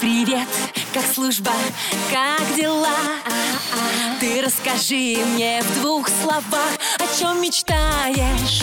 Привет, как служба, как дела? Ты расскажи мне в 2 словах, о чем мечтаешь,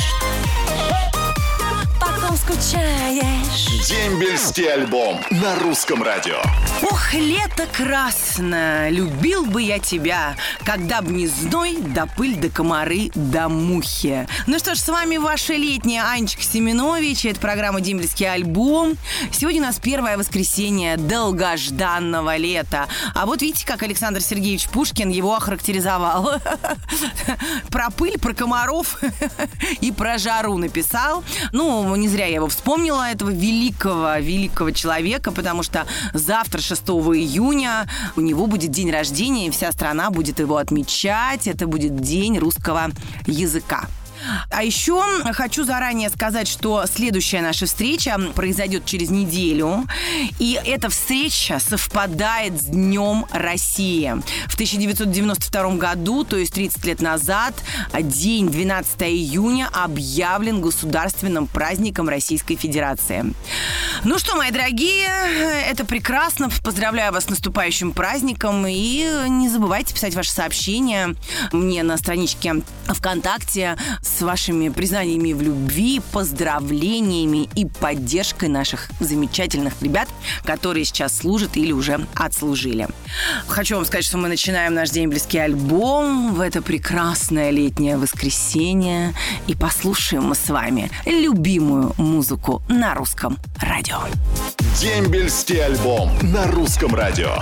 потом скучаешь. Дембельский альбом на русском радио. Ох, лето красное, любил бы я тебя, когда б не зной, да пыль, да комары, да мухи. Ну что ж, с вами ваша летняя Анечка Семенович. Это программа «Дембельский альбом». Сегодня у нас первое воскресенье долгожданного лета. А вот видите, как Александр Сергеевич Пушкин его охарактеризовал. Про пыль, про комаров и про жару написал. Ну, не зря я его вспомнила, этого великого человека, потому что завтра, 6 июня, у него будет день рождения, и вся страна будет его отмечать. Это будет день русского языка. А еще хочу заранее сказать, что следующая наша встреча произойдет через неделю. И эта встреча совпадает с Днем России. В 1992 году, то есть 30 лет назад, день 12 июня объявлен государственным праздником Российской Федерации. Ну что, мои дорогие, это прекрасно. Поздравляю вас с наступающим праздником. И не забывайте писать ваши сообщения мне на страничке ВКонтакте с вашими признаниями в любви, поздравлениями и поддержкой наших замечательных ребят, которые сейчас служат или уже отслужили. Хочу вам сказать, что мы начинаем наш дембельский альбом в это прекрасное летнее воскресенье и послушаем мы с вами любимую музыку на русском радио. Дембельский альбом на русском радио.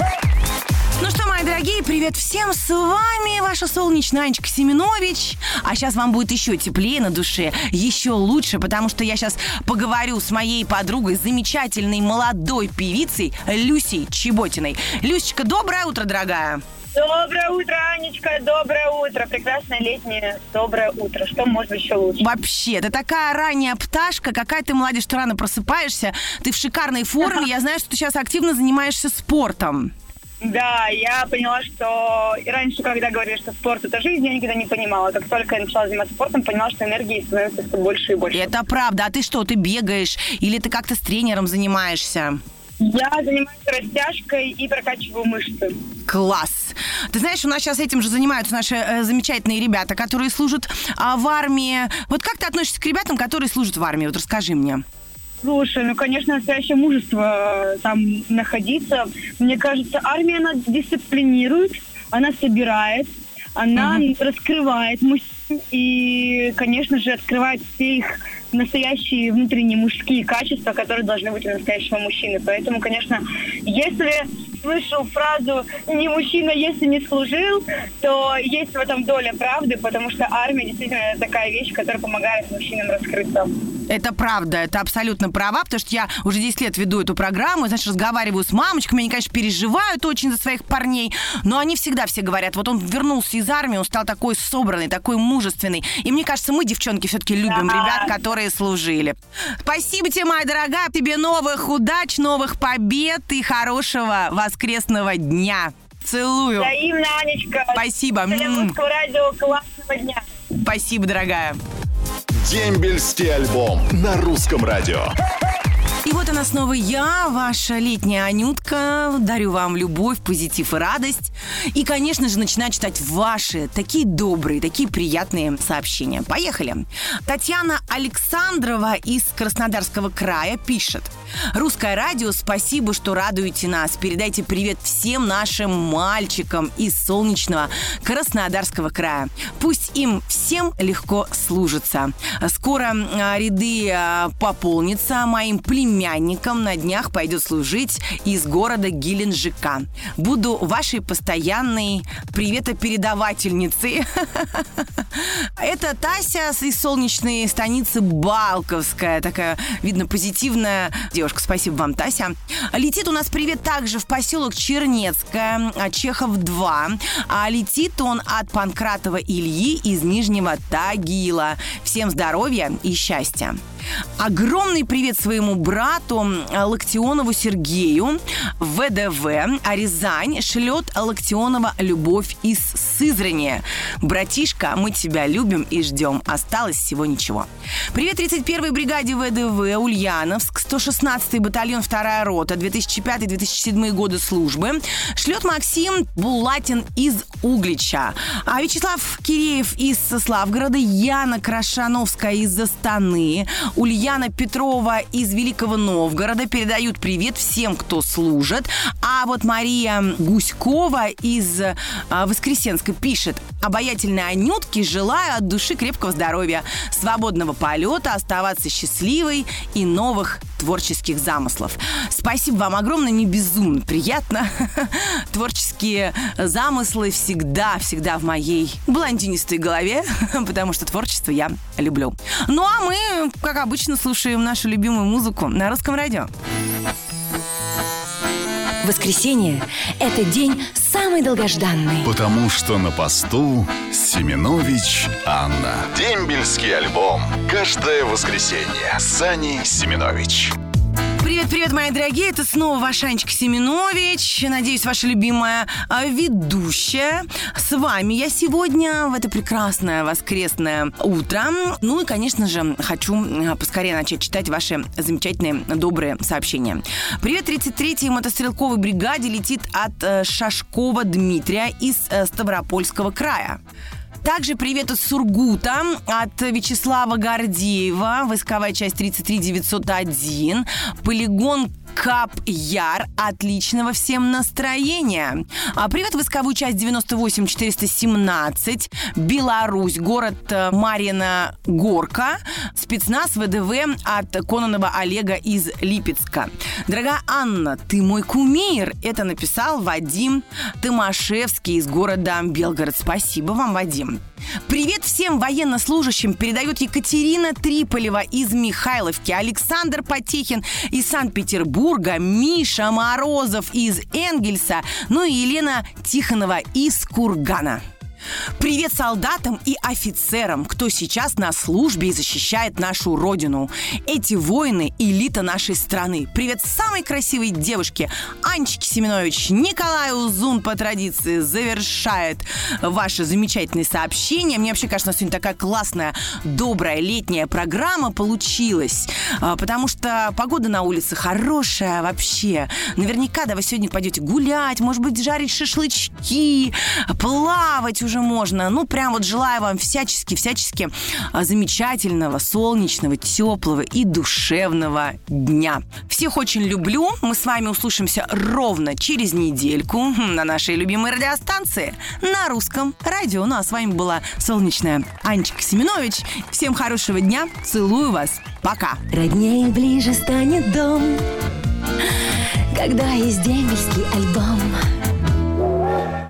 Ну что, мои дорогие, привет всем, с вами ваша солнечная Анечка Семенович. А сейчас вам будет еще теплее на душе, еще лучше, потому что я сейчас поговорю с моей подругой, замечательной молодой певицей Люсей Чеботиной. Люсечка, доброе утро, дорогая. Доброе утро, Анечка, доброе утро. Прекрасное летнее доброе утро. Что может быть еще лучше? Вообще, ты такая ранняя пташка, какая ты молодец, что рано просыпаешься, ты в шикарной форме. Я знаю, что ты сейчас активно занимаешься спортом. Да, я поняла, что и раньше, когда говорили, что спорт – это жизнь, я никогда не понимала. Как только я начала заниматься спортом, поняла, что энергии становится все больше и больше. Это правда. А ты что, ты бегаешь? Или ты как-то с тренером занимаешься? Я занимаюсь растяжкой и прокачиваю мышцы. Класс! Ты знаешь, у нас сейчас этим же занимаются наши замечательные ребята, которые служат в армии. Вот как ты относишься к ребятам, которые служат в армии? Вот расскажи мне. Слушай, ну, конечно, настоящее мужество там находиться. Мне кажется, армия, она дисциплинирует, она собирает, она раскрывает мужчин и, конечно же, открывает все их настоящие внутренние мужские качества, которые должны быть у настоящего мужчины. Поэтому, конечно, если слышу фразу «не мужчина, если не служил», то есть в этом доля правды, потому что армия действительно такая вещь, которая помогает мужчинам раскрыться. Это правда, это абсолютно права, потому что я уже 10 лет веду эту программу, значит, разговариваю с мамочками, они, конечно, переживают очень за своих парней, но они всегда все говорят, вот он вернулся из армии, он стал такой собранный, такой мужественный. И мне кажется, мы, девчонки, все-таки любим ребят, которые служили. Спасибо тебе, моя дорогая, тебе новых удач, новых побед и хорошего воскресного дня. Целую. Взаимно, Анечка. Спасибо. Русского радио, классного дня. Спасибо, дорогая. Дембельский альбом на русском радио. И вот она снова я, ваша летняя Анютка. Дарю вам любовь, позитив и радость. И, конечно же, начинаю читать ваши такие добрые, такие приятные сообщения. Поехали. Татьяна Александрова из Краснодарского края пишет. Русское радио, спасибо, что радуете нас. Передайте привет всем нашим мальчикам из солнечного Краснодарского края. Пусть им всем легко служится. Скоро ряды пополнятся. Моим племянникам на днях пойдет служить из города Геленджика. Буду вашей постоянной приветопередавательницей. Это Тася из солнечной станицы Балковская. Такая, видно, позитивная девушка. Спасибо вам, Тася. Летит у нас привет также в поселок Чернецкое, Чехов 2. А летит он от Панкратова Ильи из Нижнего Тагила. Всем здоровья и счастья. Огромный привет своему брату Локтионову Сергею, ВДВ, а Рязань шлет Локтионова любовь из Сызрани. Братишка, мы тебя любим и ждем. Осталось всего ничего. Привет 31-й бригаде ВДВ, Ульяновск, 116-й батальон, 2-я рота, 2005-2007 годы службы. Шлет Максим Булатин из Углича. А Вячеслав Киреев из Славгорода, Яна Крашановская из Астаны, Ульяна Петрова из Великого Новгорода передают привет всем, кто служит. А вот Мария Гуськова из Воскресенска пишет: обаятельной Анютке желаю от души крепкого здоровья, свободного полета, оставаться счастливой и новых творческих замыслов. Спасибо вам огромное, мне безумно приятно. Творческие замыслы всегда в моей блондинистой голове, потому что творчество я люблю. Ну а мы, как обычно, слушаем нашу любимую музыку на Русском радио. Воскресенье – это день самый долгожданный. Потому что на посту Семенович Анна. Дембельский альбом. Каждое воскресенье. Сани Семенович. Привет, мои дорогие, это снова ваш Анечка Семенович. Надеюсь, ваша любимая ведущая. С вами я сегодня в это прекрасное воскресное утро. Ну и, конечно же, хочу поскорее начать читать ваши замечательные, добрые сообщения. Привет 33-й мотострелковой бригаде летит от Шашкова Дмитрия из Ставропольского края. Также привет из Сургута от Вячеслава Гордеева, войсковая часть 33901, полигон Кап-Яр. Отличного всем настроения. Привет, войсковую часть 98417, Беларусь, город Марьина Горка, спецназ ВДВ от Кононова Олега из Липецка. Дорогая Анна, ты мой кумир. Это написал Вадим Тымашевский из города Белгород. Спасибо вам, Вадим. Привет всем военнослужащим передает Екатерина Триполева из Михайловки, Александр Потехин из Санкт-Петербурга, Миша Морозов из Энгельса, ну и Елена Тихонова из Кургана. Привет солдатам и офицерам, кто сейчас на службе и защищает нашу родину. Эти воины – элита нашей страны. Привет самой красивой девушке Анечке Семенович. Николай Узун по традиции завершает ваше замечательное сообщение. Мне вообще кажется, у нас сегодня такая классная, добрая летняя программа получилась, потому что погода на улице хорошая вообще. Наверняка, да, вы сегодня пойдете гулять, может быть, жарить шашлычки, плавать уже можно. Ну, прям вот желаю вам всячески замечательного, солнечного, теплого и душевного дня. Всех очень люблю. Мы с вами услышимся ровно через недельку на нашей любимой радиостанции на Русском радио. Ну, а с вами была солнечная Анечка Семенович. Всем хорошего дня. Целую вас. Пока. Роднее ближе станет дом, когда есть дембельский альбом.